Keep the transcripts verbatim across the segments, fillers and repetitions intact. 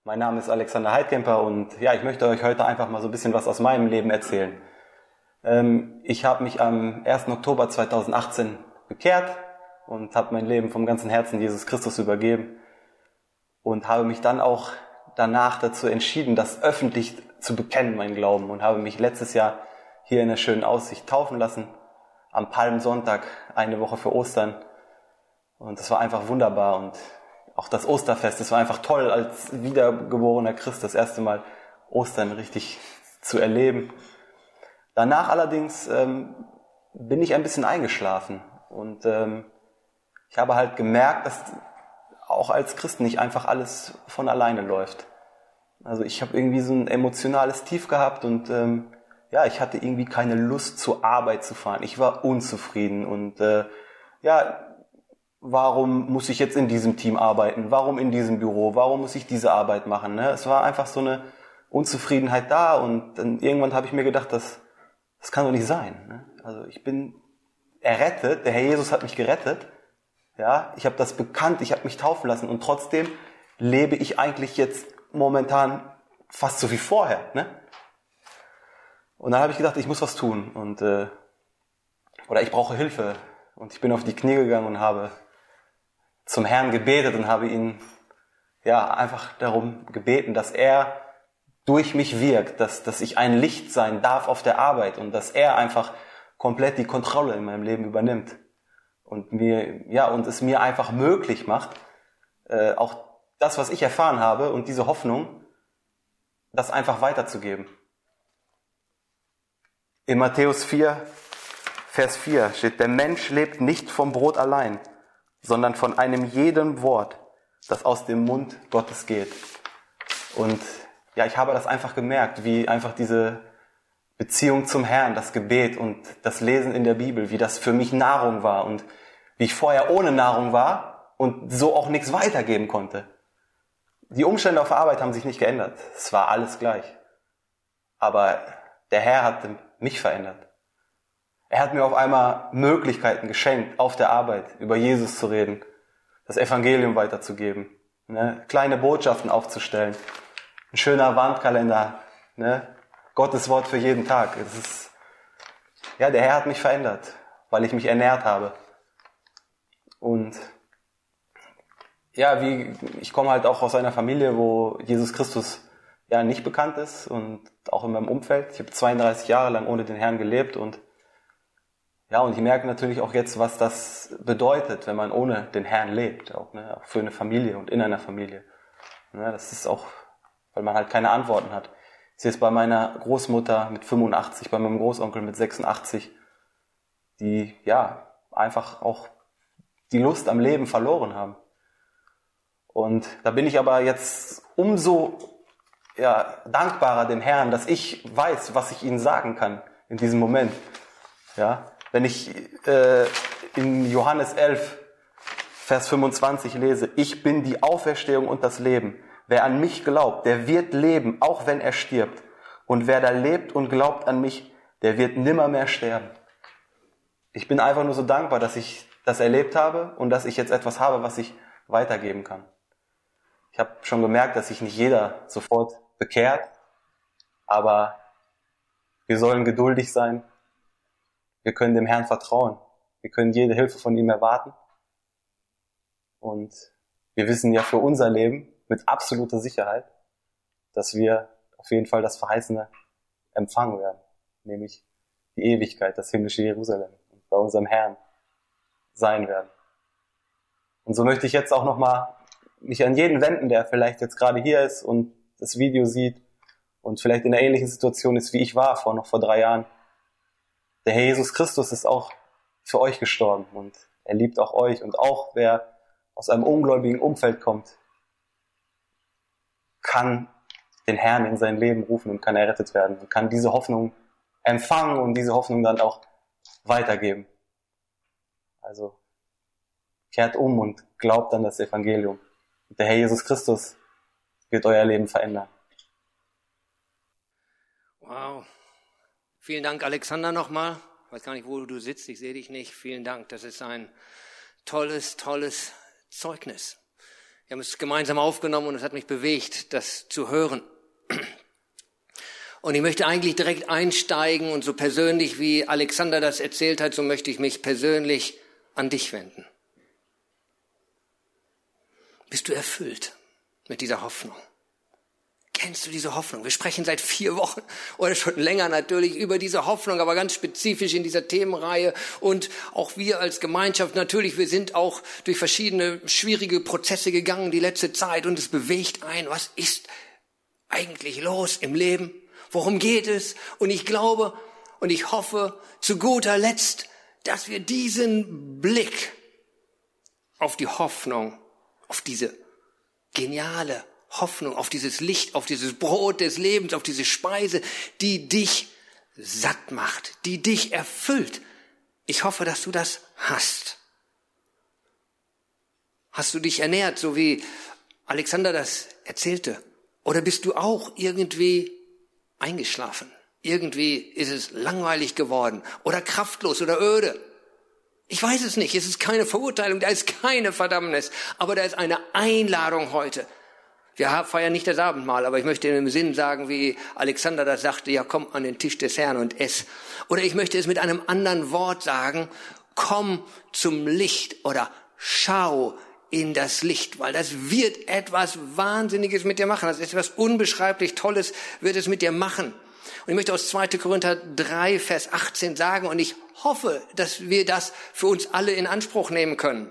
Mein Name ist Alexander Heidkemper und ja, ich möchte euch heute einfach mal so ein bisschen was aus meinem Leben erzählen. Ähm, ich habe mich am ersten Oktober zweitausendachtzehn bekehrt und habe mein Leben vom ganzen Herzen Jesus Christus übergeben und habe mich dann auch danach dazu entschieden, das öffentlich zu bekennen, mein Glauben, und habe mich letztes Jahr hier in der schönen Aussicht taufen lassen, am Palmsonntag, eine Woche für Ostern. Und das war einfach wunderbar und auch das Osterfest, das war einfach toll, als wiedergeborener Christ das erste Mal Ostern richtig zu erleben. Danach allerdings ähm, bin ich ein bisschen eingeschlafen und ähm, ich habe halt gemerkt, dass auch als Christ nicht einfach alles von alleine läuft. Also ich habe irgendwie so ein emotionales Tief gehabt und ähm, ja, ich hatte irgendwie keine Lust zur Arbeit zu fahren. Ich war unzufrieden und äh, ja, warum muss ich jetzt in diesem Team arbeiten? Warum in diesem Büro? Warum muss ich diese Arbeit machen? Ne? Es war einfach so eine Unzufriedenheit da und dann irgendwann habe ich mir gedacht, das, das kann doch nicht sein. Ne? Also ich bin errettet, der Herr Jesus hat mich gerettet. Ja, ich habe das bekannt, ich habe mich taufen lassen und trotzdem lebe ich eigentlich jetzt momentan fast so wie vorher. Ne? Und dann habe ich gedacht, ich muss was tun und äh, oder ich brauche Hilfe und ich bin auf die Knie gegangen und habe zum Herrn gebetet und habe ihn ja einfach darum gebeten, dass er durch mich wirkt, dass, dass ich ein Licht sein darf auf der Arbeit und dass er einfach komplett die Kontrolle in meinem Leben übernimmt und mir ja und es mir einfach möglich macht, äh, auch das, was ich erfahren habe und diese Hoffnung, das einfach weiterzugeben. In Matthäus vier, Vers vier steht: Der Mensch lebt nicht vom Brot allein, sondern von einem jeden Wort, das aus dem Mund Gottes geht. Und ja, ich habe das einfach gemerkt, wie einfach diese Beziehung zum Herrn, das Gebet und das Lesen in der Bibel, wie das für mich Nahrung war und wie ich vorher ohne Nahrung war und so auch nichts weitergeben konnte. Die Umstände auf der Arbeit haben sich nicht geändert. Es war alles gleich. Aber der Herr hat mich verändert. Er hat mir auf einmal Möglichkeiten geschenkt, auf der Arbeit über Jesus zu reden, das Evangelium weiterzugeben, ne? Kleine Botschaften aufzustellen, ein schöner Wandkalender, ne? Gottes Wort für jeden Tag. Das ist, ja, der Herr hat mich verändert, weil ich mich ernährt habe. Und ja, wie ich komme halt auch aus einer Familie, wo Jesus Christus ja nicht bekannt ist und auch in meinem Umfeld. Ich habe zweiunddreißig Jahre lang ohne den Herrn gelebt und ja, und ich merke natürlich auch jetzt, was das bedeutet, wenn man ohne den Herrn lebt, auch, ne, auch für eine Familie und in einer Familie. Ne, das ist auch, weil man halt keine Antworten hat. Ich sehe es bei meiner Großmutter mit fünfundachtzig, bei meinem Großonkel mit sechsundachtzig, die ja einfach auch die Lust am Leben verloren haben. Und da bin ich aber jetzt umso ja, dankbarer dem Herrn, dass ich weiß, was ich ihnen sagen kann in diesem Moment. Ja, wenn ich äh, in Johannes elf, Vers fünfundzwanzig lese: Ich bin die Auferstehung und das Leben. Wer an mich glaubt, der wird leben, auch wenn er stirbt. Und wer da lebt und glaubt an mich, der wird nimmermehr sterben. Ich bin einfach nur so dankbar, dass ich das erlebt habe und dass ich jetzt etwas habe, was ich weitergeben kann. Ich habe schon gemerkt, dass sich nicht jeder sofort bekehrt, aber wir sollen geduldig sein. Wir können dem Herrn vertrauen. Wir können jede Hilfe von ihm erwarten. Und wir wissen ja für unser Leben mit absoluter Sicherheit, dass wir auf jeden Fall das Verheißene empfangen werden, nämlich die Ewigkeit, das himmlische Jerusalem und bei unserem Herrn sein werden. Und so möchte ich jetzt auch nochmal mich an jeden wenden, der vielleicht jetzt gerade hier ist und das Video sieht und vielleicht in einer ähnlichen Situation ist, wie ich war, vor noch vor drei Jahren. Der Herr Jesus Christus ist auch für euch gestorben und er liebt auch euch. Und auch wer aus einem ungläubigen Umfeld kommt, kann den Herrn in sein Leben rufen und kann errettet werden und kann diese Hoffnung empfangen und diese Hoffnung dann auch weitergeben. Also kehrt um und glaubt an das Evangelium. Und der Herr Jesus Christus wird euer Leben verändern. Wow. Vielen Dank, Alexander, nochmal. Ich weiß gar nicht, wo du sitzt, ich sehe dich nicht. Vielen Dank, das ist ein tolles, tolles Zeugnis. Wir haben es gemeinsam aufgenommen und es hat mich bewegt, das zu hören. Und ich möchte eigentlich direkt einsteigen und so persönlich, wie Alexander das erzählt hat, so möchte ich mich persönlich an dich wenden. Bist du erfüllt mit dieser Hoffnung? Kennst du diese Hoffnung? Wir sprechen seit vier Wochen oder schon länger natürlich über diese Hoffnung, aber ganz spezifisch in dieser Themenreihe. Und auch wir als Gemeinschaft natürlich, wir sind auch durch verschiedene schwierige Prozesse gegangen die letzte Zeit und es bewegt ein. Was ist eigentlich los im Leben? Worum geht es? Und ich glaube und ich hoffe zu guter Letzt, dass wir diesen Blick auf die Hoffnung, auf diese geniale Hoffnung, auf dieses Licht, auf dieses Brot des Lebens, auf diese Speise, die dich satt macht, die dich erfüllt. Ich hoffe, dass du das hast. Hast du dich ernährt, so wie Alexander das erzählte? Oder bist du auch irgendwie eingeschlafen? Irgendwie ist es langweilig geworden oder kraftlos oder öde. Ich weiß es nicht, es ist keine Verurteilung, da ist keine Verdammnis, aber da ist eine Einladung heute. Wir feiern nicht das Abendmahl, aber ich möchte im Sinn sagen, wie Alexander das sagte, ja, komm an den Tisch des Herrn und ess. Oder ich möchte es mit einem anderen Wort sagen, komm zum Licht oder schau in das Licht, weil das wird etwas Wahnsinniges mit dir machen. Das ist etwas unbeschreiblich Tolles, wird es mit dir machen. Und ich möchte aus zweiter Korinther drei, Vers achtzehn sagen, und ich hoffe, dass wir das für uns alle in Anspruch nehmen können.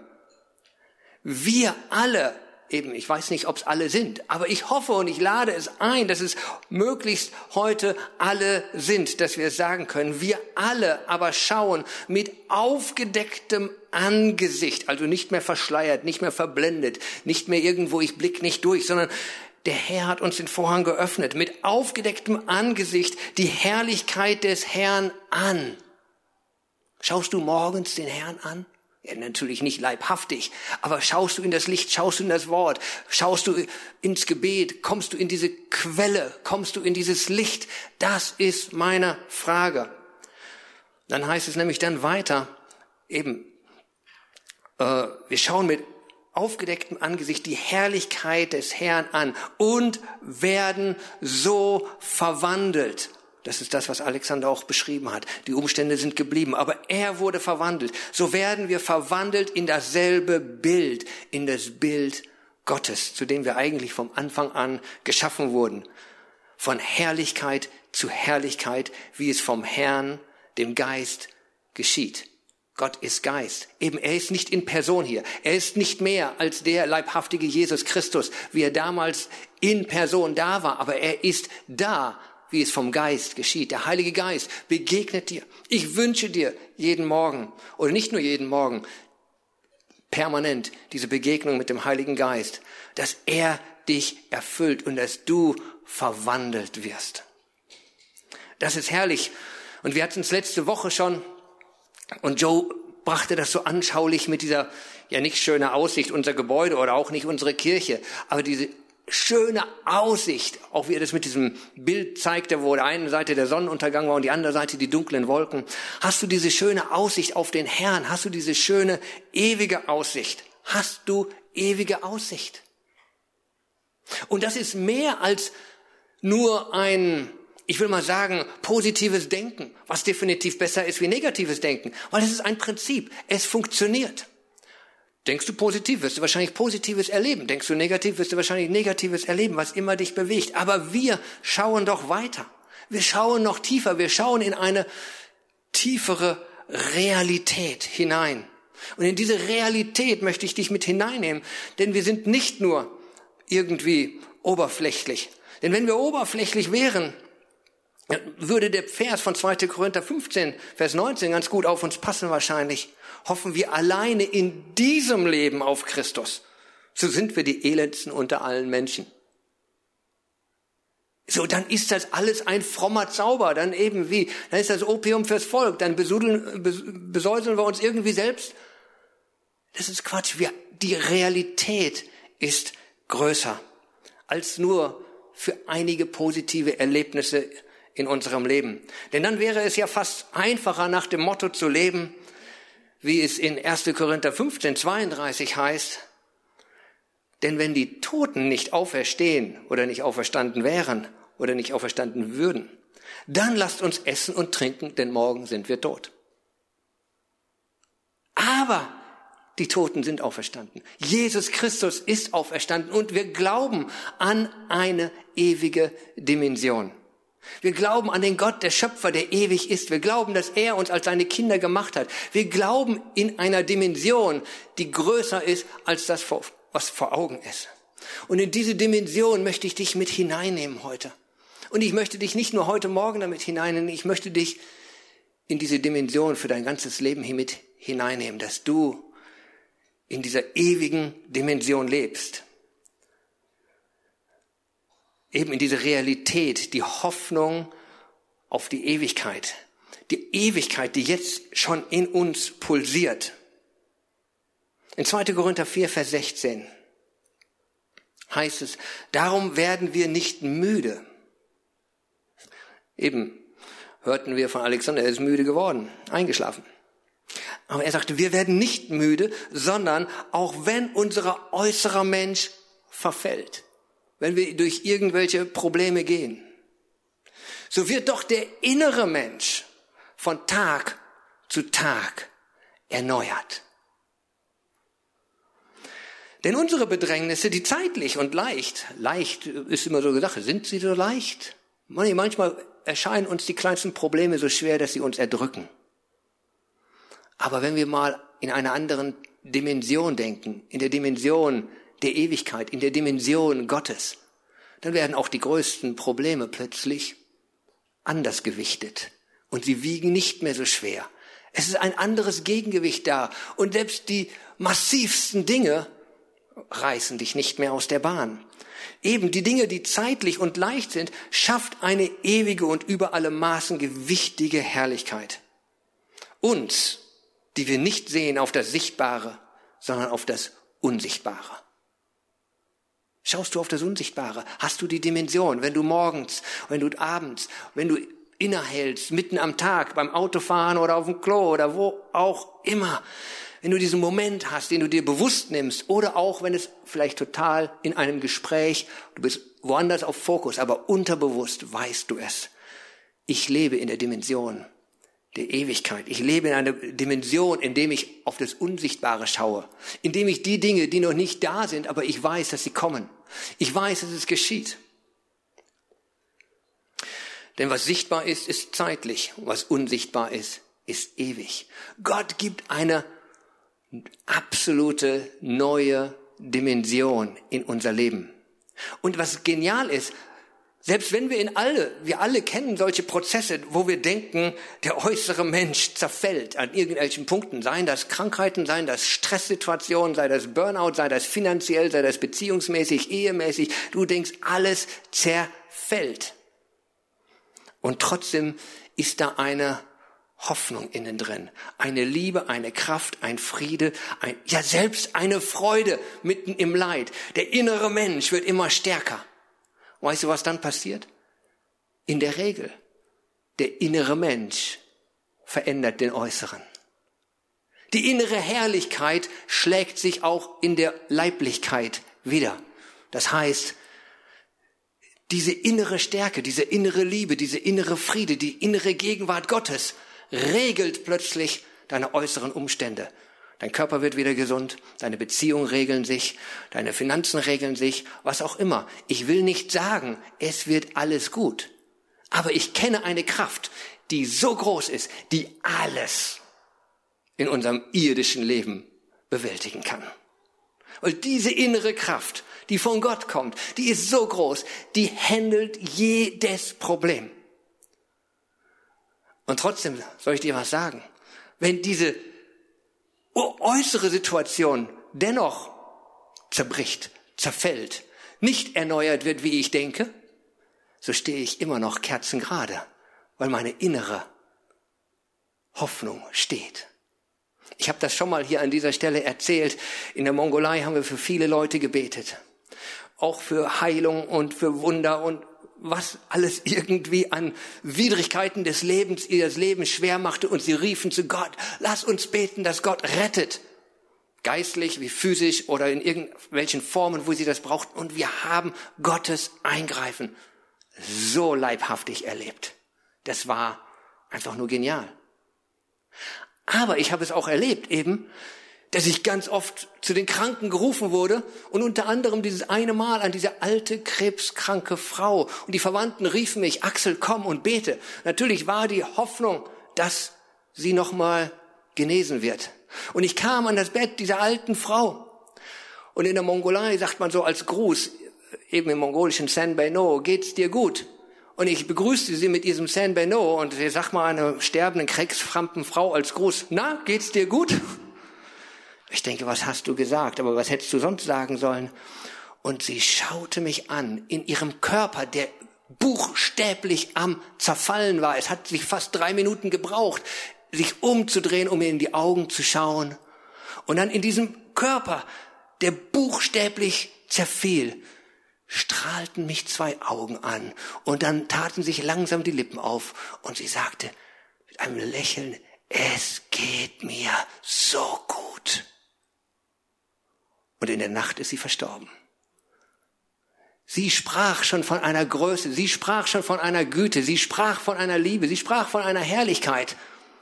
Wir alle, eben, ich weiß nicht, ob es alle sind, aber ich hoffe und ich lade es ein, dass es möglichst heute alle sind, dass wir es sagen können. Wir alle aber schauen mit aufgedecktem Angesicht, also nicht mehr verschleiert, nicht mehr verblendet, nicht mehr irgendwo, ich blick nicht durch, sondern der Herr hat uns den Vorhang geöffnet, mit aufgedecktem Angesicht die Herrlichkeit des Herrn an. Schaust du morgens den Herrn an? Ja, natürlich nicht leibhaftig, aber schaust du in das Licht, schaust du in das Wort, schaust du ins Gebet, kommst du in diese Quelle, kommst du in dieses Licht? Das ist meine Frage. Dann heißt es nämlich dann weiter, eben, äh, wir schauen mit aufgedecktem Angesicht die Herrlichkeit des Herrn an und werden so verwandelt. Das ist das, was Alexander auch beschrieben hat. Die Umstände sind geblieben, aber er wurde verwandelt. So werden wir verwandelt in dasselbe Bild, in das Bild Gottes, zu dem wir eigentlich vom Anfang an geschaffen wurden. Von Herrlichkeit zu Herrlichkeit, wie es vom Herrn, dem Geist, geschieht. Gott ist Geist. Eben, er ist nicht in Person hier. Er ist nicht mehr als der leibhaftige Jesus Christus, wie er damals in Person da war, aber er ist da, wie es vom Geist geschieht. Der Heilige Geist begegnet dir. Ich wünsche dir jeden Morgen, oder nicht nur jeden Morgen, permanent diese Begegnung mit dem Heiligen Geist, dass er dich erfüllt und dass du verwandelt wirst. Das ist herrlich. Und wir hatten es letzte Woche schon, und Joe brachte das so anschaulich mit dieser, ja nicht schöne Aussicht, unser Gebäude oder auch nicht unsere Kirche, aber diese schöne Aussicht, auch wie er das mit diesem Bild zeigte, wo der einen Seite der Sonnenuntergang war und die andere Seite die dunklen Wolken. Hast du diese schöne Aussicht auf den Herrn? Hast du diese schöne ewige Aussicht? Hast du ewige Aussicht? Und das ist mehr als nur ein, ich will mal sagen, positives Denken, was definitiv besser ist wie negatives Denken, weil es ist ein Prinzip. Es funktioniert. Denkst du positiv, wirst du wahrscheinlich Positives erleben. Denkst du negativ, wirst du wahrscheinlich Negatives erleben, was immer dich bewegt. Aber wir schauen doch weiter. Wir schauen noch tiefer. Wir schauen in eine tiefere Realität hinein. Und in diese Realität möchte ich dich mit hineinnehmen. Denn wir sind nicht nur irgendwie oberflächlich. Denn wenn wir oberflächlich wären, würde der Vers von zweiter Korinther fünfzehn, Vers neunzehn ganz gut auf uns passen wahrscheinlich. Hoffen wir alleine in diesem Leben auf Christus, so sind wir die elendsten unter allen Menschen. So, dann ist das alles ein frommer Zauber, dann eben wie, dann ist das Opium fürs Volk, dann besudeln, besäuseln wir uns irgendwie selbst. Das ist Quatsch. Wir, die Realität ist größer als nur für einige positive Erlebnisse in unserem Leben. Denn dann wäre es ja fast einfacher, nach dem Motto zu leben, wie es in erster Korinther fünfzehn, zweiunddreißig heißt, Denn wenn die Toten nicht auferstehen oder nicht auferstanden wären oder nicht auferstanden würden, dann lasst uns essen und trinken, denn morgen sind wir tot. Aber die Toten sind auferstanden. Jesus Christus ist auferstanden und wir glauben an eine ewige Dimension. Wir glauben an den Gott, der Schöpfer, der ewig ist. Wir glauben, dass er uns als seine Kinder gemacht hat. Wir glauben in einer Dimension, die größer ist als das, was vor Augen ist. Und in diese Dimension möchte ich dich mit hineinnehmen heute. Und ich möchte dich nicht nur heute Morgen damit hineinnehmen, ich möchte dich in diese Dimension für dein ganzes Leben hier mit hineinnehmen, dass du in dieser ewigen Dimension lebst. Eben in diese Realität, die Hoffnung auf die Ewigkeit. Die Ewigkeit, die jetzt schon in uns pulsiert. In zweiter Korinther vier, Vers sechzehn heißt es, darum werden wir nicht müde. Eben hörten wir von Alexander, er ist müde geworden, eingeschlafen. Aber er sagte, wir werden nicht müde, sondern auch wenn unser äußerer Mensch verfällt, wenn wir durch irgendwelche Probleme gehen, so wird doch der innere Mensch von Tag zu Tag erneuert. Denn unsere Bedrängnisse, die zeitlich und leicht, leicht ist immer so gesagt, sind sie so leicht? Manchmal erscheinen uns die kleinsten Probleme so schwer, dass sie uns erdrücken. Aber wenn wir mal in einer anderen Dimension denken, in der Dimension der Ewigkeit, in der Dimension Gottes, dann werden auch die größten Probleme plötzlich anders gewichtet und sie wiegen nicht mehr so schwer. Es ist ein anderes Gegengewicht da und selbst die massivsten Dinge reißen dich nicht mehr aus der Bahn. Eben die Dinge, die zeitlich und leicht sind, schafft eine ewige und über alle Maßen gewichtige Herrlichkeit. Uns, die wir nicht sehen auf das Sichtbare, sondern auf das Unsichtbare. Schaust du auf das Unsichtbare? Hast du die Dimension, wenn du morgens, wenn du abends, wenn du innehältst, mitten am Tag, beim Autofahren oder auf dem Klo oder wo auch immer, wenn du diesen Moment hast, den du dir bewusst nimmst oder auch, wenn es vielleicht total in einem Gespräch, du bist woanders auf Fokus, aber unterbewusst weißt du es. Ich lebe in der Dimension der Ewigkeit. Ich lebe in einer Dimension, in dem ich auf das Unsichtbare schaue, in dem ich die Dinge, die noch nicht da sind, aber ich weiß, dass sie kommen. Ich weiß, dass es geschieht. Denn was sichtbar ist, ist zeitlich. Was unsichtbar ist, ist ewig. Gott gibt eine absolute neue Dimension in unser Leben. Und was genial ist, selbst wenn wir in alle, wir alle kennen solche Prozesse, wo wir denken, der äußere Mensch zerfällt an irgendwelchen Punkten, seien das Krankheiten, seien das Stresssituationen, sei das Burnout, sei das finanziell, sei das beziehungsmäßig, ehemäßig, du denkst, alles zerfällt. Und trotzdem ist da eine Hoffnung innen drin, eine Liebe, eine Kraft, ein Friede, ein, ja selbst eine Freude mitten im Leid. Der innere Mensch wird immer stärker. Weißt du, was dann passiert? In der Regel, der innere Mensch verändert den Äußeren. Die innere Herrlichkeit schlägt sich auch in der Leiblichkeit wieder. Das heißt, diese innere Stärke, diese innere Liebe, diese innere Friede, die innere Gegenwart Gottes regelt plötzlich deine äußeren Umstände. Dein Körper wird wieder gesund, deine Beziehungen regeln sich, deine Finanzen regeln sich, was auch immer. Ich will nicht sagen, es wird alles gut. Aber ich kenne eine Kraft, die so groß ist, die alles in unserem irdischen Leben bewältigen kann. Und diese innere Kraft, die von Gott kommt, die ist so groß, die handelt jedes Problem. Und trotzdem soll ich dir was sagen. Wenn diese äußere Situation dennoch zerbricht, zerfällt, nicht erneuert wird, wie ich denke, so stehe ich immer noch kerzengerade, weil meine innere Hoffnung steht. Ich habe das schon mal hier an dieser Stelle erzählt. In der Mongolei haben wir für viele Leute gebetet. Auch für Heilung und für Wunder und was alles irgendwie an Widrigkeiten des Lebens ihr das Leben schwer machte. Und sie riefen zu Gott, lass uns beten, dass Gott rettet. geistlich wie physisch oder in irgendwelchen Formen, wo sie das brauchten. Und wir haben Gottes Eingreifen so leibhaftig erlebt. Das war einfach nur genial. Aber ich habe es auch erlebt eben, dass ich ganz oft zu den Kranken gerufen wurde und unter anderem dieses eine Mal an diese alte, krebskranke Frau. Und die Verwandten riefen mich, Axel, komm und bete. Natürlich war die Hoffnung, dass sie noch mal genesen wird. Und ich kam an das Bett dieser alten Frau. Und in der Mongolei sagt man so als Gruß, eben im mongolischen San Beno, geht's dir gut? Und ich begrüßte sie mit diesem San Beno und sie sagt mal einer sterbenden, krebskranken Frau als Gruß, na, geht's dir gut? Ich denke, was hast du gesagt? Aber was hättest du sonst sagen sollen? Und sie schaute mich an, in ihrem Körper, der buchstäblich am Zerfallen war. Es hat sich fast drei Minuten gebraucht, sich umzudrehen, um mir in die Augen zu schauen. Und dann in diesem Körper, der buchstäblich zerfiel, strahlten mich zwei Augen an. Und dann taten sich langsam die Lippen auf. Und sie sagte mit einem Lächeln, es geht mir so gut. Und in der Nacht ist sie verstorben. Sie sprach schon von einer Größe, sie sprach schon von einer Güte, sie sprach von einer Liebe, sie sprach von einer Herrlichkeit,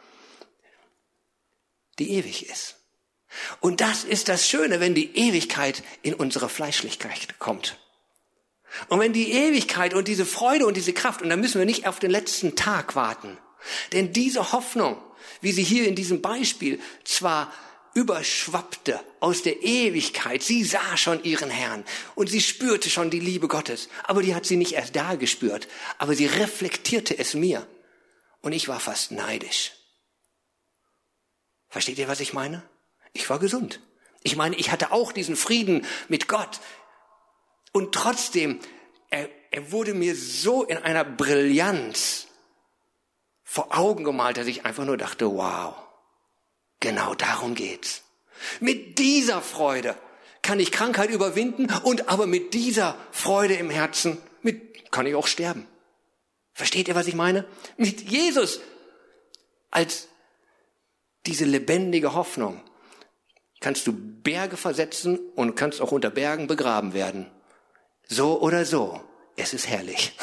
die ewig ist. Und das ist das Schöne, wenn die Ewigkeit in unsere Fleischlichkeit kommt. Und wenn die Ewigkeit und diese Freude und diese Kraft, und da müssen wir nicht auf den letzten Tag warten, denn diese Hoffnung, wie sie hier in diesem Beispiel zwar überschwappte aus der Ewigkeit. Sie sah schon ihren Herrn und sie spürte schon die Liebe Gottes. Aber die hat sie nicht erst da gespürt, aber sie reflektierte es mir. Und ich war fast neidisch. Versteht ihr, was ich meine? Ich war gesund. Ich meine, ich hatte auch diesen Frieden mit Gott. Und trotzdem, er, er wurde mir so in einer Brillanz vor Augen gemalt, dass ich einfach nur dachte, wow. Genau darum geht's. Mit dieser Freude kann ich Krankheit überwinden und aber mit dieser Freude im Herzen mit, kann ich auch sterben. Versteht ihr, was ich meine? Mit Jesus als diese lebendige Hoffnung kannst du Berge versetzen und kannst auch unter Bergen begraben werden. So oder so, es ist herrlich.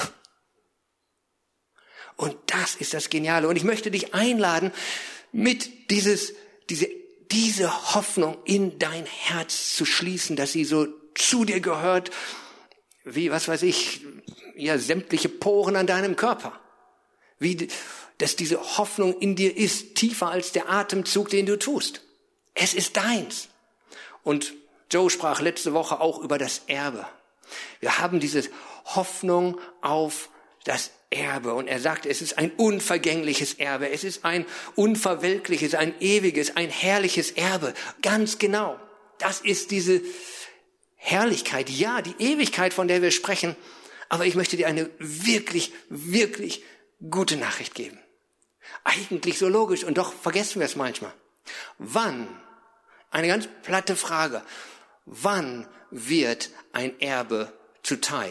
Und das ist das Geniale. Und ich möchte dich einladen, mit dieses Diese, diese Hoffnung in dein Herz zu schließen, dass sie so zu dir gehört, wie, was weiß ich, ja, sämtliche Poren an deinem Körper. Wie, dass diese Hoffnung in dir ist, tiefer als der Atemzug, den du tust. Es ist deins. Und Joe sprach letzte Woche auch über das Erbe. Wir haben diese Hoffnung auf das Erbe. Und er sagt, es ist ein unvergängliches Erbe. Es ist ein unverwelkliches, ein ewiges, ein herrliches Erbe. Ganz genau. Das ist diese Herrlichkeit. Ja, die Ewigkeit, von der wir sprechen. Aber ich möchte dir eine wirklich, wirklich gute Nachricht geben. Eigentlich so logisch und doch vergessen wir es manchmal. Wann, eine ganz platte Frage, wann wird ein Erbe zuteil?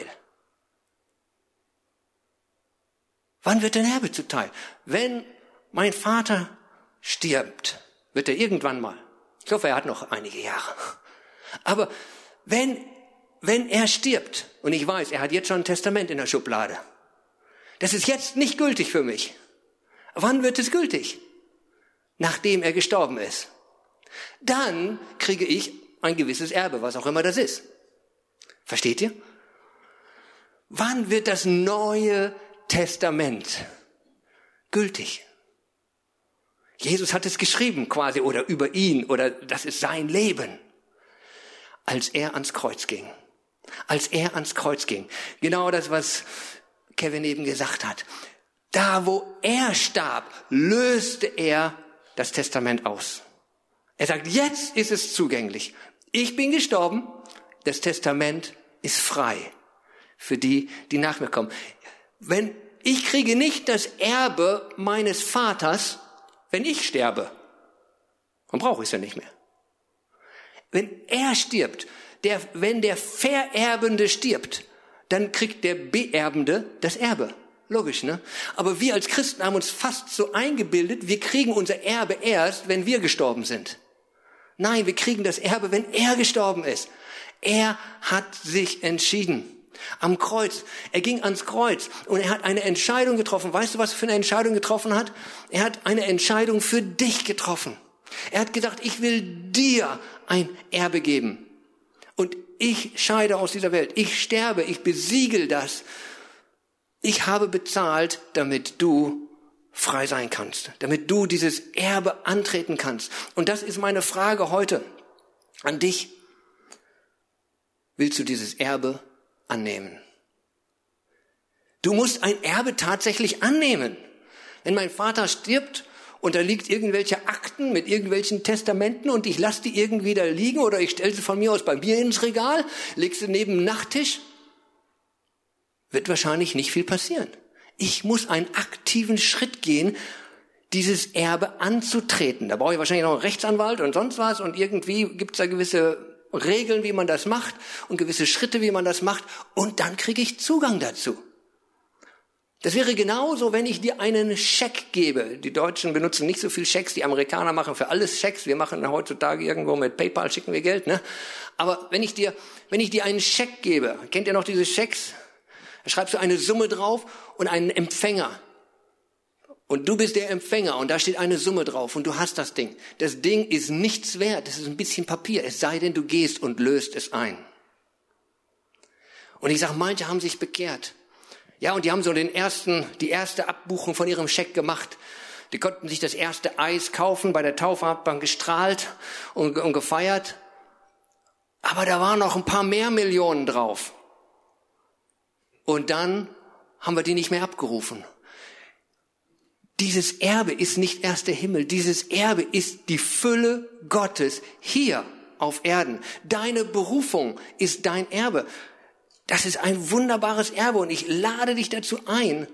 Wann wird ein Erbe zuteil? Wenn mein Vater stirbt, wird er irgendwann mal. Ich hoffe, er hat noch einige Jahre. Aber wenn, wenn er stirbt, und ich weiß, er hat jetzt schon ein Testament in der Schublade, das ist jetzt nicht gültig für mich. Wann wird es gültig? Nachdem er gestorben ist. Dann kriege ich ein gewisses Erbe, was auch immer das ist. Versteht ihr? Wann wird das neue Testament gültig? Jesus hat es geschrieben quasi oder über ihn oder das ist sein Leben. Als er ans Kreuz ging. Als er ans Kreuz ging. Genau das, was Kevin eben gesagt hat. Da, wo er starb, löste er das Testament aus. Er sagt, jetzt ist es zugänglich. Ich bin gestorben, das Testament ist frei für die, die nach mir kommen. Wenn ich kriege nicht das Erbe meines Vaters, wenn ich sterbe, dann brauche ich es ja nicht mehr. Wenn er stirbt, der, wenn der Vererbende stirbt, dann kriegt der Beerbende das Erbe. Logisch, ne? Aber wir als Christen haben uns fast so eingebildet, wir kriegen unser Erbe erst, wenn wir gestorben sind. Nein, wir kriegen das Erbe, wenn er gestorben ist. Er hat sich entschieden. Am Kreuz. Er ging ans Kreuz und er hat eine Entscheidung getroffen. Weißt du, was er für eine Entscheidung getroffen hat? Er hat eine Entscheidung für dich getroffen. Er hat gesagt, ich will dir ein Erbe geben. Und ich scheide aus dieser Welt. Ich sterbe, ich besiegel das. Ich habe bezahlt, damit du frei sein kannst. Damit du dieses Erbe antreten kannst. Und das ist meine Frage heute an dich. Willst du dieses Erbe annehmen? Du musst ein Erbe tatsächlich annehmen. Wenn mein Vater stirbt und da liegt irgendwelche Akten mit irgendwelchen Testamenten und ich lasse die irgendwie da liegen oder ich stelle sie von mir aus bei mir ins Regal, leg sie neben den Nachttisch, wird wahrscheinlich nicht viel passieren. Ich muss einen aktiven Schritt gehen, dieses Erbe anzutreten. Da brauche ich wahrscheinlich noch einen Rechtsanwalt und sonst was und irgendwie gibt es da gewisse Regeln, wie man das macht und gewisse Schritte, wie man das macht und dann kriege ich Zugang dazu. Das wäre genauso, wenn ich dir einen Scheck gebe. Die Deutschen benutzen nicht so viel Schecks, die Amerikaner machen für alles Schecks. Wir machen heutzutage irgendwo mit PayPal, schicken wir Geld, ne? Aber wenn ich dir, wenn ich dir einen Scheck gebe, kennt ihr noch diese Schecks? Da schreibst du eine Summe drauf und einen Empfänger. Und du bist der Empfänger und da steht eine Summe drauf und du hast das Ding. Das Ding ist nichts wert, das ist ein bisschen Papier, es sei denn, du gehst und löst es ein. Und ich sage, manche haben sich bekehrt. Ja, und die haben so den ersten, die erste Abbuchung von ihrem Scheck gemacht. Die konnten sich das erste Eis kaufen, bei der Taufe hat man gestrahlt und, und gefeiert. Aber da waren noch ein paar mehr Millionen drauf. Und dann haben wir die nicht mehr abgerufen. Dieses Erbe ist nicht erst der Himmel. Dieses Erbe ist die Fülle Gottes hier auf Erden. Deine Berufung ist dein Erbe. Das ist ein wunderbares Erbe und ich lade dich dazu ein.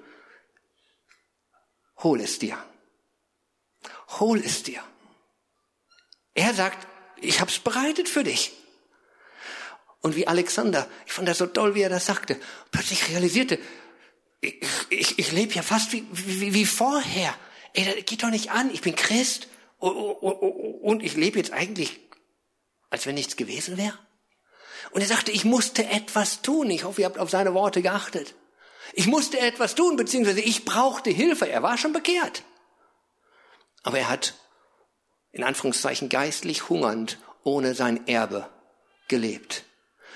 Hol es dir. Hol es dir. Er sagt, ich habe es bereitet für dich. Und wie Alexander, ich fand das so toll, wie er das sagte, plötzlich realisierte, Ich, ich, ich lebe ja fast wie, wie, wie vorher. Ey, das geht doch nicht an. Ich bin Christ und ich lebe jetzt eigentlich, als wenn nichts gewesen wäre. Und er sagte, ich musste etwas tun. Ich hoffe, ihr habt auf seine Worte geachtet. Ich musste etwas tun, beziehungsweise ich brauchte Hilfe. Er war schon bekehrt. Aber er hat, in Anführungszeichen, geistlich hungernd, ohne sein Erbe gelebt.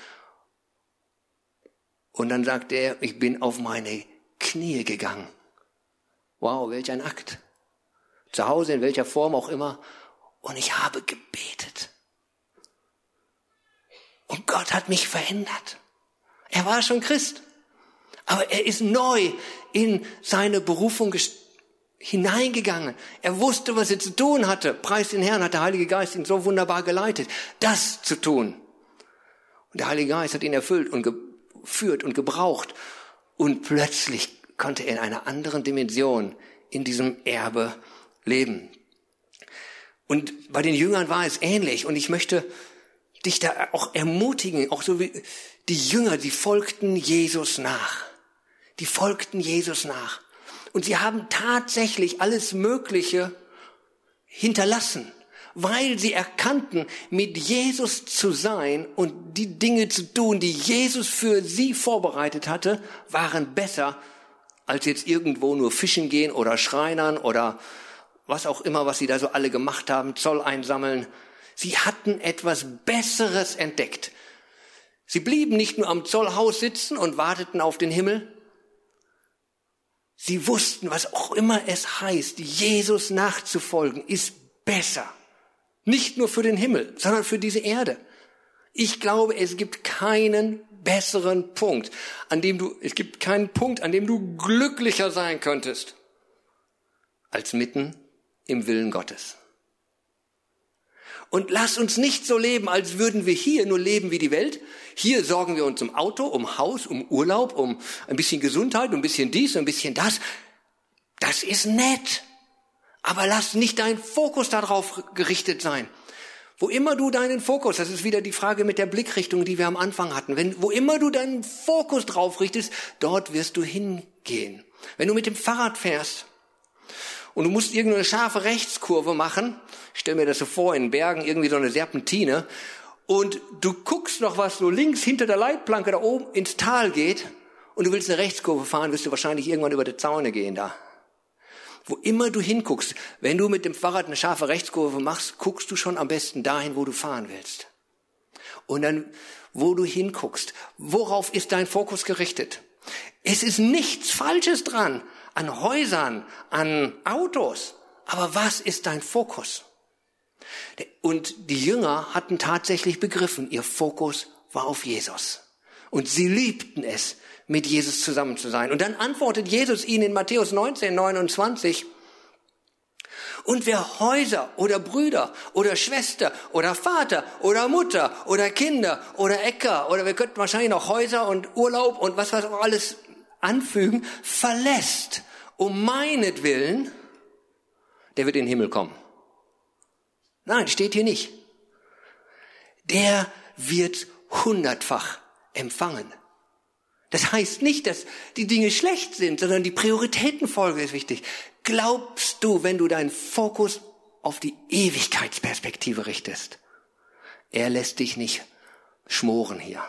Und dann sagte er, ich bin auf meine Knie gegangen. Wow, welch ein Akt. Zu Hause, in welcher Form auch immer. Und ich habe gebetet. Und Gott hat mich verändert. Er war schon Christ. Aber er ist neu in seine Berufung hineingegangen. Er wusste, was er zu tun hatte. Preis den Herrn, hat der Heilige Geist ihn so wunderbar geleitet, das zu tun. Und der Heilige Geist hat ihn erfüllt und geführt und gebraucht. Und plötzlich konnte er in einer anderen Dimension in diesem Erbe leben. Und bei den Jüngern war es ähnlich. Und ich möchte dich da auch ermutigen, auch so wie die Jünger, die folgten Jesus nach. Die folgten Jesus nach. Und sie haben tatsächlich alles Mögliche hinterlassen, weil sie erkannten, mit Jesus zu sein und die Dinge zu tun, die Jesus für sie vorbereitet hatte, waren besser, als jetzt irgendwo nur fischen gehen oder Schreinern oder was auch immer, was sie da so alle gemacht haben, Zoll einsammeln. Sie hatten etwas Besseres entdeckt. Sie blieben nicht nur am Zollhaus sitzen und warteten auf den Himmel. Sie wussten, was auch immer es heißt, Jesus nachzufolgen, ist besser. Nicht nur für den Himmel, sondern für diese Erde. Ich glaube, es gibt keinen besseren Punkt, an dem du, es gibt keinen Punkt, an dem du glücklicher sein könntest, als mitten im Willen Gottes. Und lass uns nicht so leben, als würden wir hier nur leben wie die Welt. Hier sorgen wir uns um Auto, um Haus, um Urlaub, um ein bisschen Gesundheit, um ein bisschen dies, ein bisschen das. Das ist nett. Aber lass nicht dein Fokus darauf gerichtet sein. Wo immer du deinen Fokus, das ist wieder die Frage mit der Blickrichtung, die wir am Anfang hatten. Wenn, wo immer du deinen Fokus drauf richtest, dort wirst du hingehen. Wenn du mit dem Fahrrad fährst und du musst irgendeine scharfe Rechtskurve machen. Ich stell mir das so vor, in Bergen irgendwie so eine Serpentine. Und du guckst noch, was so links hinter der Leitplanke da oben ins Tal geht. Und du willst eine Rechtskurve fahren, wirst du wahrscheinlich irgendwann über die Zaune gehen da. Wo immer du hinguckst, wenn du mit dem Fahrrad eine scharfe Rechtskurve machst, guckst du schon am besten dahin, wo du fahren willst. Und dann, wo du hinguckst, worauf ist dein Fokus gerichtet? Es ist nichts Falsches dran, an Häusern, an Autos. Aber was ist dein Fokus? Und die Jünger hatten tatsächlich begriffen, ihr Fokus war auf Jesus. Und sie liebten es, mit Jesus zusammen zu sein. Und dann antwortet Jesus ihnen in Matthäus neunzehn, neunundzwanzig, und wer Häuser oder Brüder oder Schwester oder Vater oder Mutter oder Kinder oder Äcker oder wir könnten wahrscheinlich noch Häuser und Urlaub und was was auch alles anfügen, verlässt um meinetwillen, der wird in den Himmel kommen. Nein, steht hier nicht. Der wird hundertfach empfangen. Das heißt nicht, dass die Dinge schlecht sind, sondern die Prioritätenfolge ist wichtig. Glaubst du, wenn du deinen Fokus auf die Ewigkeitsperspektive richtest, er lässt dich nicht schmoren hier.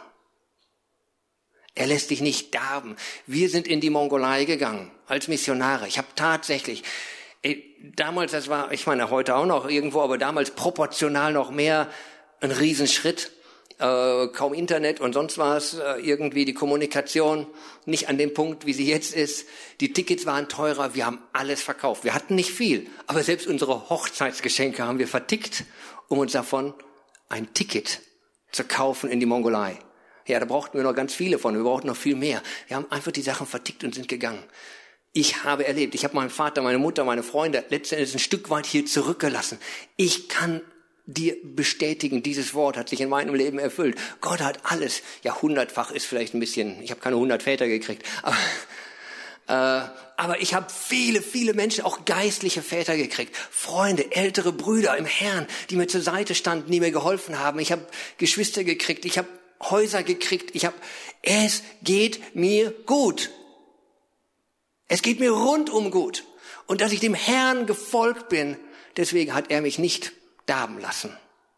Er lässt dich nicht darben. Wir sind in die Mongolei gegangen als Missionare. Ich habe tatsächlich, damals, das war, ich meine heute auch noch irgendwo, aber damals proportional noch mehr ein Riesenschritt. Äh, kaum Internet und sonst was, äh, irgendwie die Kommunikation nicht an dem Punkt, wie sie jetzt ist. Die Tickets waren teurer, wir haben alles verkauft. Wir hatten nicht viel, aber selbst unsere Hochzeitsgeschenke haben wir vertickt, um uns davon ein Ticket zu kaufen in die Mongolei. Ja, da brauchten wir noch ganz viele von, wir brauchten noch viel mehr. Wir haben einfach die Sachen vertickt und sind gegangen. Ich habe erlebt, ich habe meinen Vater, meine Mutter, meine Freunde letztendlich ein Stück weit hier zurückgelassen. Ich kann dir bestätigen, dieses Wort hat sich in meinem Leben erfüllt. Gott hat alles, ja hundertfach ist vielleicht ein bisschen, ich habe keine hundert Väter gekriegt, aber, äh, aber ich habe viele, viele Menschen, auch geistliche Väter gekriegt, Freunde, ältere Brüder im Herrn, die mir zur Seite standen, die mir geholfen haben. Ich habe Geschwister gekriegt, ich habe Häuser gekriegt, ich habe, es geht mir gut. Es geht mir rundum gut. Und dass ich dem Herrn gefolgt bin, deswegen hat er mich nicht darben lassen.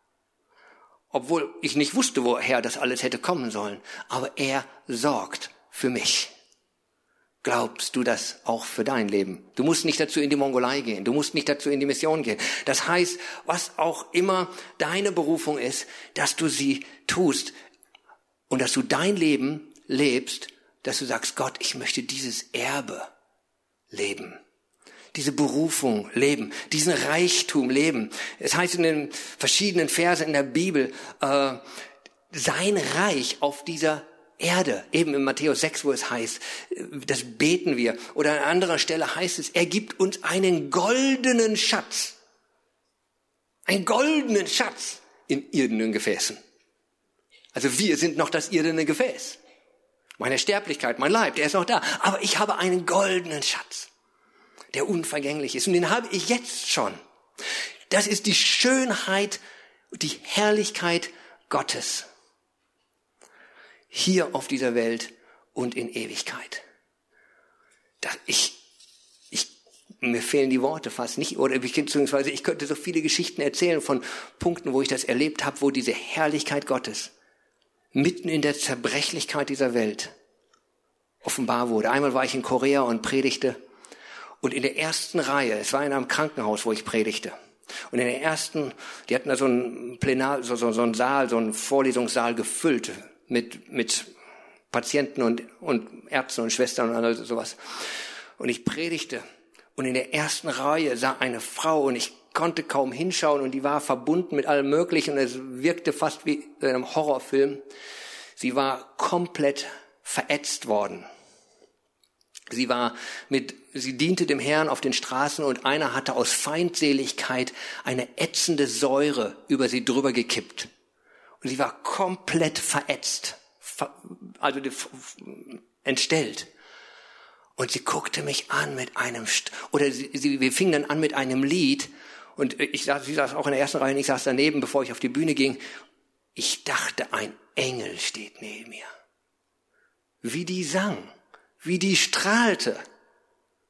Obwohl ich nicht wusste, woher das alles hätte kommen sollen. Aber er sorgt für mich. Glaubst du das auch für dein Leben? Du musst nicht dazu in die Mongolei gehen. Du musst nicht dazu in die Mission gehen. Das heißt, was auch immer deine Berufung ist, dass du sie tust und dass du dein Leben lebst, dass du sagst, Gott, ich möchte dieses Erbe leben. Diese Berufung leben, diesen Reichtum leben. Es heißt in den verschiedenen Versen in der Bibel, äh, sein Reich auf dieser Erde, eben in Matthäus sechs, wo es heißt, das beten wir. Oder an anderer Stelle heißt es, er gibt uns einen goldenen Schatz. Einen goldenen Schatz in irdenen Gefäßen. Also wir sind noch das irdene Gefäß. Meine Sterblichkeit, mein Leib, der ist noch da. Aber ich habe einen goldenen Schatz, der unvergänglich ist. Und den habe ich jetzt schon. Das ist die Schönheit, die Herrlichkeit Gottes. Hier auf dieser Welt und in Ewigkeit. Das, ich, ich, mir fehlen die Worte fast nicht. Oder beziehungsweise ich könnte so viele Geschichten erzählen von Punkten, wo ich das erlebt habe, wo diese Herrlichkeit Gottes mitten in der Zerbrechlichkeit dieser Welt offenbar wurde. Einmal war ich in Korea und predigte. Und in der ersten Reihe, es war in einem Krankenhaus, wo ich predigte. Und in der ersten, die hatten da so einen Plenar, so, so, so einen Saal, so einen Vorlesungssaal gefüllt mit, mit Patienten und, und Ärzten und Schwestern und all sowas. Und ich predigte. Und in der ersten Reihe sah eine Frau und ich konnte kaum hinschauen und die war verbunden mit allem Möglichen und es wirkte fast wie in einem Horrorfilm. Sie war komplett verätzt worden. Sie war mit, sie diente dem Herrn auf den Straßen und einer hatte aus Feindseligkeit eine ätzende Säure über sie drüber gekippt. Und sie war komplett verätzt, also entstellt. Und sie guckte mich an mit einem, St- oder sie, sie, wir fingen dann an mit einem Lied. Und ich saß, sie saß auch in der ersten Reihe und ich saß daneben, bevor ich auf die Bühne ging. Ich dachte, ein Engel steht neben mir. Wie die sang. Wie die strahlte.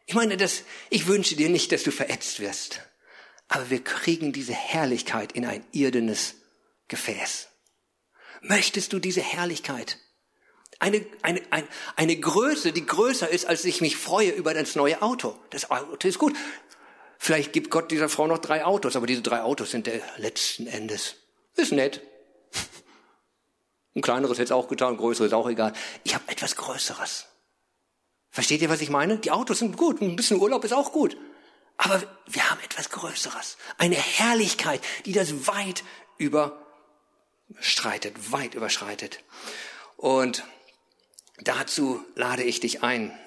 Ich meine, das, ich wünsche dir nicht, dass du verätzt wirst. Aber wir kriegen diese Herrlichkeit in ein irdenes Gefäß. Möchtest du diese Herrlichkeit? Eine, eine, eine, eine Größe, die größer ist, als ich mich freue über das neue Auto. Das Auto ist gut. Vielleicht gibt Gott dieser Frau noch drei Autos, aber diese drei Autos sind der letzten Endes. Ist nett. Ein kleineres hätte es auch getan, ein größeres auch egal. Ich habe etwas Größeres. Versteht ihr, was ich meine? Die Autos sind gut, ein bisschen Urlaub ist auch gut. Aber wir haben etwas Größeres. Eine Herrlichkeit, die das weit überstreitet, weit überschreitet. Und dazu lade ich dich ein.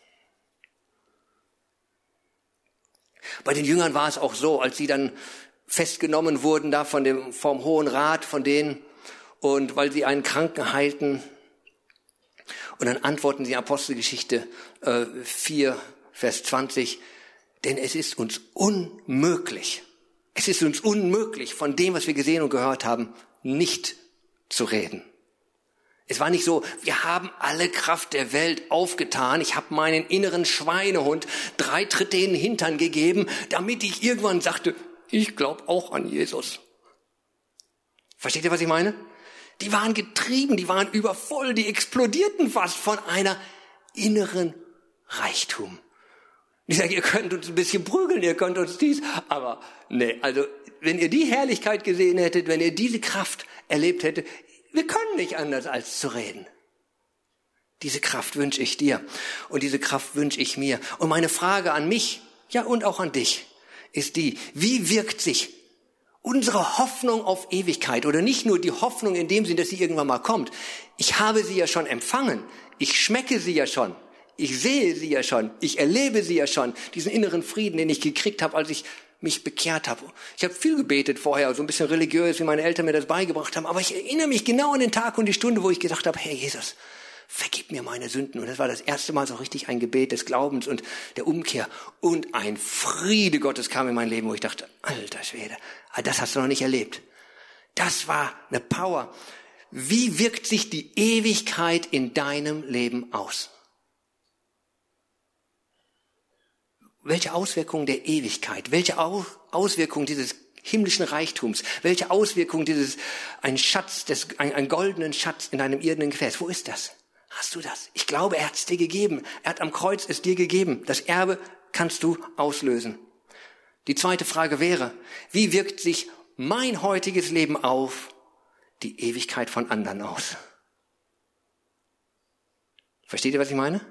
Bei den Jüngern war es auch so, als sie dann festgenommen wurden da von dem, vom Hohen Rat, von denen, und weil sie einen Kranken heilten. Und dann antworten sie in Apostelgeschichte äh, vier, Vers zwanzig, denn es ist uns unmöglich, es ist uns unmöglich, von dem, was wir gesehen und gehört haben, nicht zu reden. Es war nicht so, wir haben alle Kraft der Welt aufgetan, ich habe meinen inneren Schweinehund drei Tritte in den Hintern gegeben, damit ich irgendwann sagte, ich glaube auch an Jesus. Versteht ihr, was ich meine? Die waren getrieben, die waren übervoll, die explodierten fast von einer inneren Reichtum. Ich sage, ihr könnt uns ein bisschen prügeln, ihr könnt uns dies, aber nee, also wenn ihr die Herrlichkeit gesehen hättet, wenn ihr diese Kraft erlebt hättet, wir können nicht anders als zu reden. Diese Kraft wünsche ich dir und diese Kraft wünsche ich mir. Und meine Frage an mich, ja und auch an dich, ist die, wie wirkt sich unsere Hoffnung auf Ewigkeit oder nicht nur die Hoffnung in dem Sinn, dass sie irgendwann mal kommt. Ich habe sie ja schon empfangen. Ich schmecke sie ja schon. Ich sehe sie ja schon. Ich erlebe sie ja schon. Diesen inneren Frieden, den ich gekriegt habe, als ich mich bekehrt habe. Ich habe viel gebetet vorher, so ein bisschen religiös, wie meine Eltern mir das beigebracht haben. Aber ich erinnere mich genau an den Tag und die Stunde, wo ich gedacht habe, hey Jesus, vergib mir meine Sünden. Und das war das erste Mal so richtig ein Gebet des Glaubens und der Umkehr. Und ein Friede Gottes kam in mein Leben, wo ich dachte, alter Schwede, das hast du noch nicht erlebt. Das war eine Power. Wie wirkt sich die Ewigkeit in deinem Leben aus? Welche Auswirkungen der Ewigkeit? Welche Auswirkungen dieses himmlischen Reichtums? Welche Auswirkungen dieses, ein Schatz, des, ein, ein goldenen Schatz in einem irdenen Gefäß? Wo ist das? Hast du das? Ich glaube, er hat es dir gegeben. Er hat am Kreuz es dir gegeben. Das Erbe kannst du auslösen. Die zweite Frage wäre, wie wirkt sich mein heutiges Leben auf die Ewigkeit von anderen aus? Versteht ihr, was ich meine?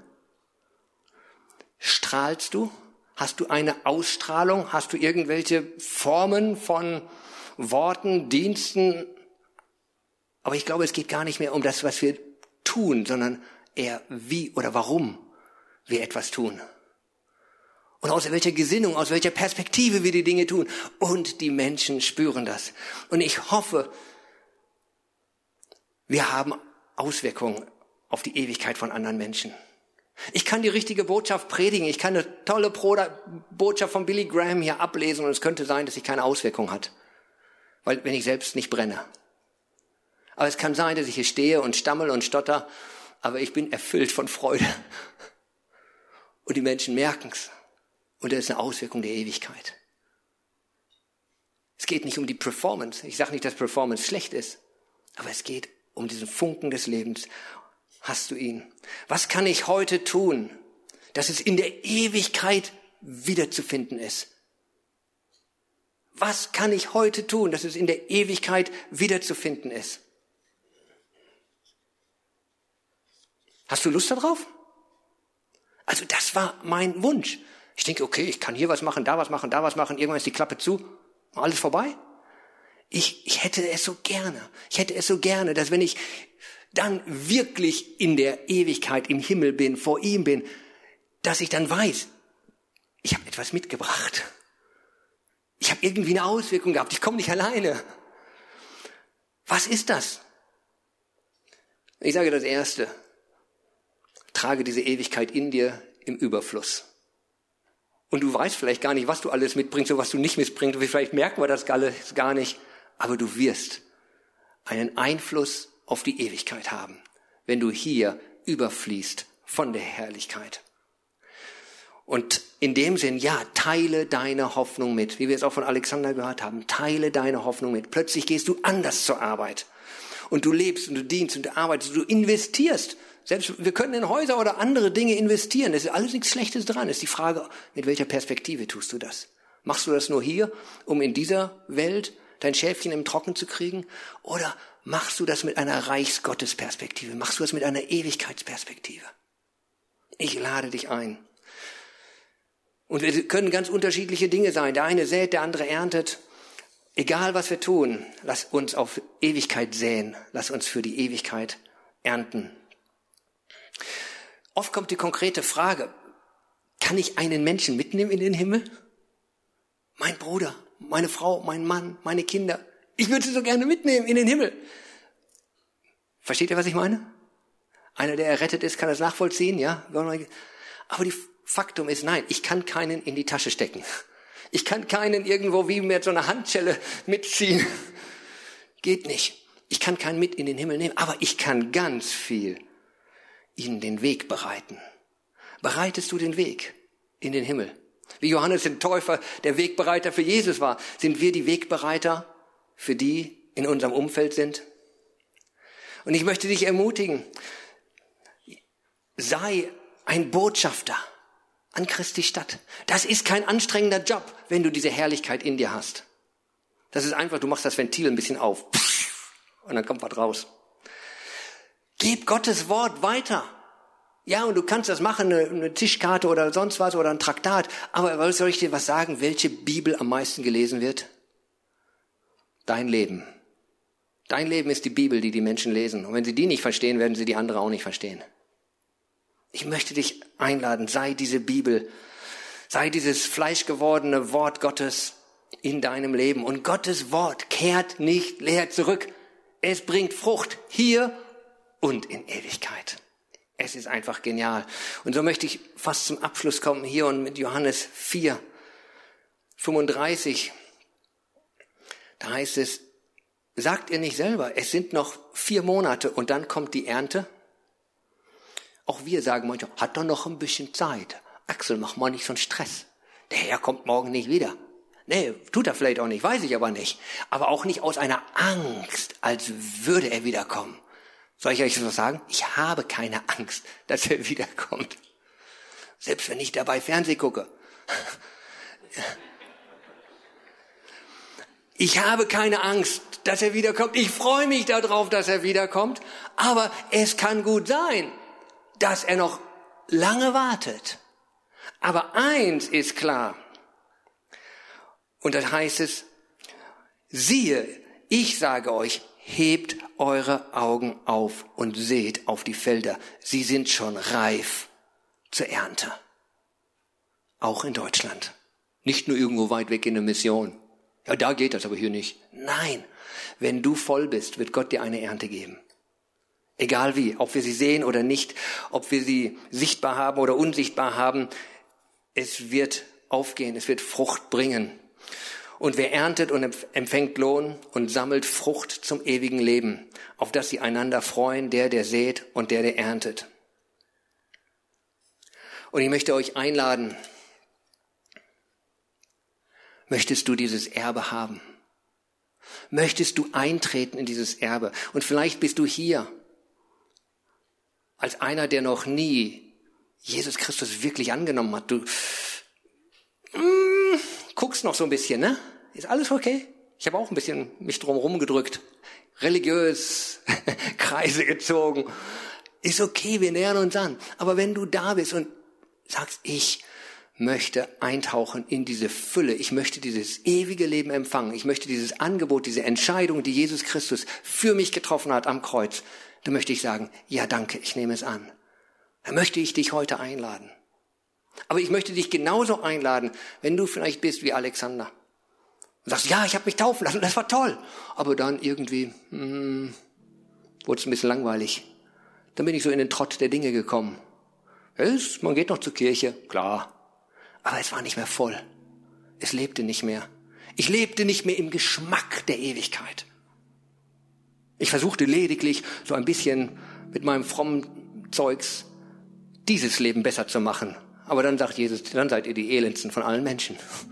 Strahlst du? Hast du eine Ausstrahlung? Hast du irgendwelche Formen von Worten, Diensten? Aber ich glaube, es geht gar nicht mehr um das, was wir tun, sondern eher wie oder warum wir etwas tun. Und aus welcher Gesinnung, aus welcher Perspektive wir die Dinge tun. Und die Menschen spüren das. Und ich hoffe, wir haben Auswirkungen auf die Ewigkeit von anderen Menschen. Ich kann die richtige Botschaft predigen. Ich kann eine tolle Botschaft von Billy Graham hier ablesen und es könnte sein, dass sie keine Auswirkung hat. Weil, wenn ich selbst nicht brenne. Aber es kann sein, dass ich hier stehe und stammel und stotter, aber ich bin erfüllt von Freude. Und die Menschen merken es. Und das ist eine Auswirkung der Ewigkeit. Es geht nicht um die Performance. Ich sage nicht, dass Performance schlecht ist. Aber es geht um diesen Funken des Lebens. Hast du ihn? Was kann ich heute tun, dass es in der Ewigkeit wiederzufinden ist? Was kann ich heute tun, dass es in der Ewigkeit wiederzufinden ist? Hast du Lust darauf? Also das war mein Wunsch. Ich denke, okay, ich kann hier was machen, da was machen, da was machen, irgendwann ist die Klappe zu, alles vorbei. Ich, ich hätte es so gerne, ich hätte es so gerne, dass wenn ich dann wirklich in der Ewigkeit im Himmel bin, vor ihm bin, dass ich dann weiß, ich habe etwas mitgebracht. Ich habe irgendwie eine Auswirkung gehabt, ich komme nicht alleine. Was ist das? Ich sage das Erste, trage diese Ewigkeit in dir im Überfluss. Und du weißt vielleicht gar nicht, was du alles mitbringst und was du nicht mitbringst. Vielleicht merken wir das alles gar nicht. Aber du wirst einen Einfluss auf die Ewigkeit haben, wenn du hier überfließt von der Herrlichkeit. Und in dem Sinn, ja, teile deine Hoffnung mit. Wie wir es auch von Alexander gehört haben, teile deine Hoffnung mit. Plötzlich gehst du anders zur Arbeit. Und du lebst und du dienst und du arbeitest, du investierst. Selbst wir können in Häuser oder andere Dinge investieren. Das ist alles nichts Schlechtes dran. Es ist die Frage, mit welcher Perspektive tust du das? Machst du das nur hier, um in dieser Welt dein Schäfchen im Trocken zu kriegen? Oder machst du das mit einer Reichsgottesperspektive? Machst du das mit einer Ewigkeitsperspektive? Ich lade dich ein. Und wir können ganz unterschiedliche Dinge sein. Der eine sät, der andere erntet. Egal, was wir tun, lass uns auf Ewigkeit säen. Lass uns für die Ewigkeit ernten. Oft kommt die konkrete Frage, kann ich einen Menschen mitnehmen in den Himmel? Mein Bruder, meine Frau, mein Mann, meine Kinder. Ich würde sie so gerne mitnehmen in den Himmel. Versteht ihr, was ich meine? Einer, der errettet ist, kann das nachvollziehen, ja? Aber die Faktum ist, nein, ich kann keinen in die Tasche stecken. Ich kann keinen irgendwo wie mit so einer Handschelle mitziehen. Geht nicht. Ich kann keinen mit in den Himmel nehmen, aber ich kann ganz viel ihnen den Weg bereiten. Bereitest du den Weg in den Himmel? Wie Johannes den Täufer der Wegbereiter für Jesus war, sind wir die Wegbereiter für die in unserem Umfeld sind? Und ich möchte dich ermutigen, sei ein Botschafter an Christi Stadt. Das ist kein anstrengender Job, wenn du diese Herrlichkeit in dir hast. Das ist einfach, du machst das Ventil ein bisschen auf und dann kommt was raus. Gib Gottes Wort weiter. Ja, und du kannst das machen, eine, eine Tischkarte oder sonst was oder ein Traktat. Aber soll ich dir was sagen, welche Bibel am meisten gelesen wird? Dein Leben. Dein Leben ist die Bibel, die die Menschen lesen. Und wenn sie die nicht verstehen, werden sie die andere auch nicht verstehen. Ich möchte dich einladen, sei diese Bibel, sei dieses fleischgewordene Wort Gottes in deinem Leben. Und Gottes Wort kehrt nicht leer zurück. Es bringt Frucht hier und in Ewigkeit. Es ist einfach genial. Und so möchte ich fast zum Abschluss kommen hier und mit Johannes vier, fünfunddreißig. Da heißt es, sagt ihr nicht selber, es sind noch vier Monate und dann kommt die Ernte? Auch wir sagen manchmal, hat doch noch ein bisschen Zeit. Axel, mach mal nicht so einen Stress. Der Herr kommt morgen nicht wieder. Nee, tut er vielleicht auch nicht, weiß ich aber nicht. Aber auch nicht aus einer Angst, als würde er wiederkommen. Soll ich euch was sagen? Ich habe keine Angst, dass er wiederkommt. Selbst wenn ich dabei Fernseh gucke. Ich habe keine Angst, dass er wiederkommt. Ich freue mich darauf, dass er wiederkommt. Aber es kann gut sein, dass er noch lange wartet. Aber eins ist klar. Und das heißt es, siehe, ich sage euch, hebt eure Augen auf und seht auf die Felder. Sie sind schon reif zur Ernte. Auch in Deutschland. Nicht nur irgendwo weit weg in der Mission. Ja, da geht das aber hier nicht. Nein, wenn du voll bist, wird Gott dir eine Ernte geben. Egal wie, ob wir sie sehen oder nicht, ob wir sie sichtbar haben oder unsichtbar haben, es wird aufgehen, es wird Frucht bringen. Und wer erntet und empfängt Lohn und sammelt Frucht zum ewigen Leben, auf das sie einander freuen, der, der sät und der, der erntet. Und ich möchte euch einladen, möchtest du dieses Erbe haben? Möchtest du eintreten in dieses Erbe? Und vielleicht bist du hier als einer, der noch nie Jesus Christus wirklich angenommen hat. Du mm, guckst noch so ein bisschen, ne? Ist alles okay? Ich habe auch ein bisschen mich drum rumgedrückt, religiös Kreise gezogen. Ist okay, wir nähern uns an. Aber wenn du da bist und sagst, ich möchte eintauchen in diese Fülle, ich möchte dieses ewige Leben empfangen, ich möchte dieses Angebot, diese Entscheidung, die Jesus Christus für mich getroffen hat am Kreuz, dann möchte ich sagen, ja danke, ich nehme es an. Dann möchte ich dich heute einladen. Aber ich möchte dich genauso einladen, wenn du vielleicht bist wie Alexander. Und sagst, ja, ich habe mich taufen lassen, das war toll. Aber dann irgendwie hm, wurde es ein bisschen langweilig. Dann bin ich so in den Trott der Dinge gekommen. Es, man geht noch zur Kirche, klar. Aber es war nicht mehr voll. Es lebte nicht mehr. Ich lebte nicht mehr im Geschmack der Ewigkeit. Ich versuchte lediglich so ein bisschen mit meinem frommen Zeugs dieses Leben besser zu machen. aber dann sagt Jesus, dann seid ihr die elendsten von allen Menschen.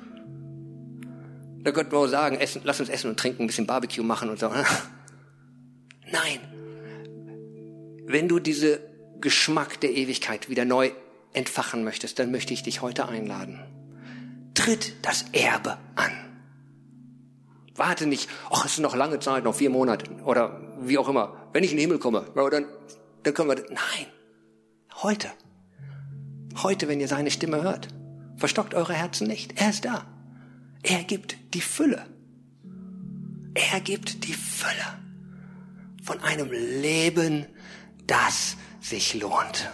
Da könnte man auch sagen, essen, lass uns essen und trinken, ein bisschen Barbecue machen und so. Nein. Wenn du diesen Geschmack der Ewigkeit wieder neu entfachen möchtest, dann möchte ich dich heute einladen. Tritt das Erbe an. Warte nicht, ach, es ist noch lange Zeit, noch vier Monate oder wie auch immer. Wenn ich in den Himmel komme, dann, dann können wir, nein, heute. Heute, wenn ihr seine Stimme hört. Verstockt eure Herzen nicht, er ist da. Er gibt die Fülle. Er gibt die Fülle von einem Leben, das sich lohnt.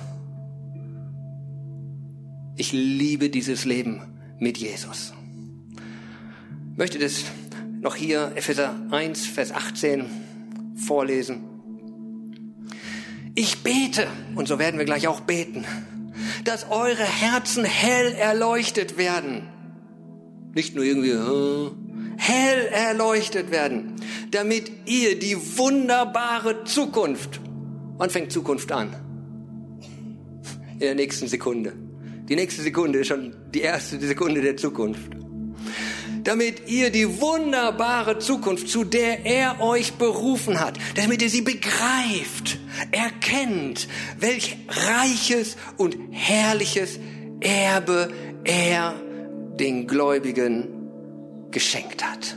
Ich liebe dieses Leben mit Jesus. Ich möchte das noch hier, Epheser eins, Vers achtzehn, vorlesen. Ich bete, und so werden wir gleich auch beten, dass eure Herzen hell erleuchtet werden. Nicht nur irgendwie, äh, hell erleuchtet werden, damit ihr die wunderbare Zukunft, wann fängt Zukunft an? In der nächsten Sekunde. Die nächste Sekunde ist schon die erste Sekunde der Zukunft. Damit ihr die wunderbare Zukunft, zu der er euch berufen hat, damit ihr sie begreift, erkennt, welch reiches und herrliches Erbe er den Gläubigen geschenkt hat.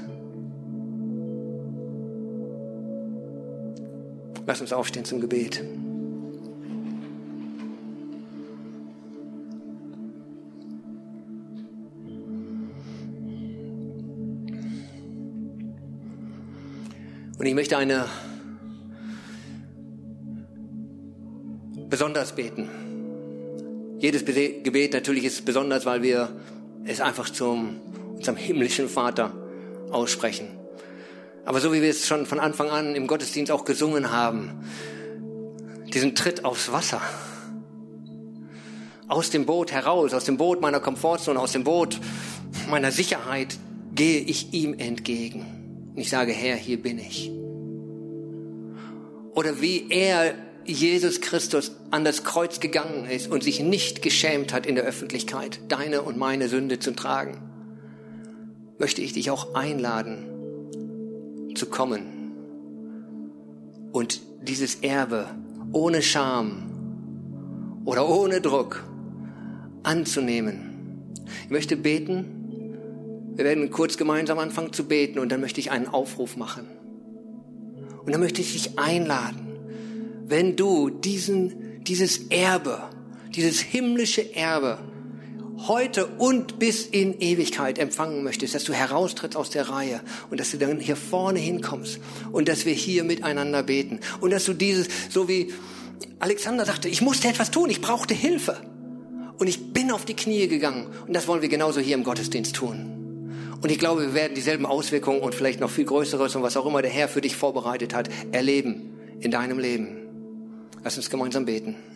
Lass uns aufstehen zum Gebet. Und ich möchte eine besonders beten. Jedes Gebet natürlich ist besonders, weil wir es einfach zum unserem himmlischen Vater aussprechen. Aber so wie wir es schon von Anfang an im Gottesdienst auch gesungen haben, diesen Tritt aufs Wasser, aus dem Boot heraus, aus dem Boot meiner Komfortzone, aus dem Boot meiner Sicherheit, gehe ich ihm entgegen. Und ich sage, Herr, hier bin ich. Oder wie er, Jesus Christus, an das Kreuz gegangen ist und sich nicht geschämt hat in der Öffentlichkeit, deine und meine Sünde zu tragen, möchte ich dich auch einladen, zu kommen und dieses Erbe ohne Scham oder ohne Druck anzunehmen. Ich möchte beten. Wir werden kurz gemeinsam anfangen zu beten und dann möchte ich einen Aufruf machen. Und dann möchte ich dich einladen, wenn du diesen, dieses Erbe, dieses himmlische Erbe heute und bis in Ewigkeit empfangen möchtest, dass du heraustrittst aus der Reihe und dass du dann hier vorne hinkommst und dass wir hier miteinander beten und dass du dieses, so wie Alexander sagte, ich musste etwas tun, ich brauchte Hilfe und ich bin auf die Knie gegangen und das wollen wir genauso hier im Gottesdienst tun. Und ich glaube, wir werden dieselben Auswirkungen und vielleicht noch viel Größeres und was auch immer der Herr für dich vorbereitet hat, erleben in deinem Leben. Lass uns gemeinsam beten.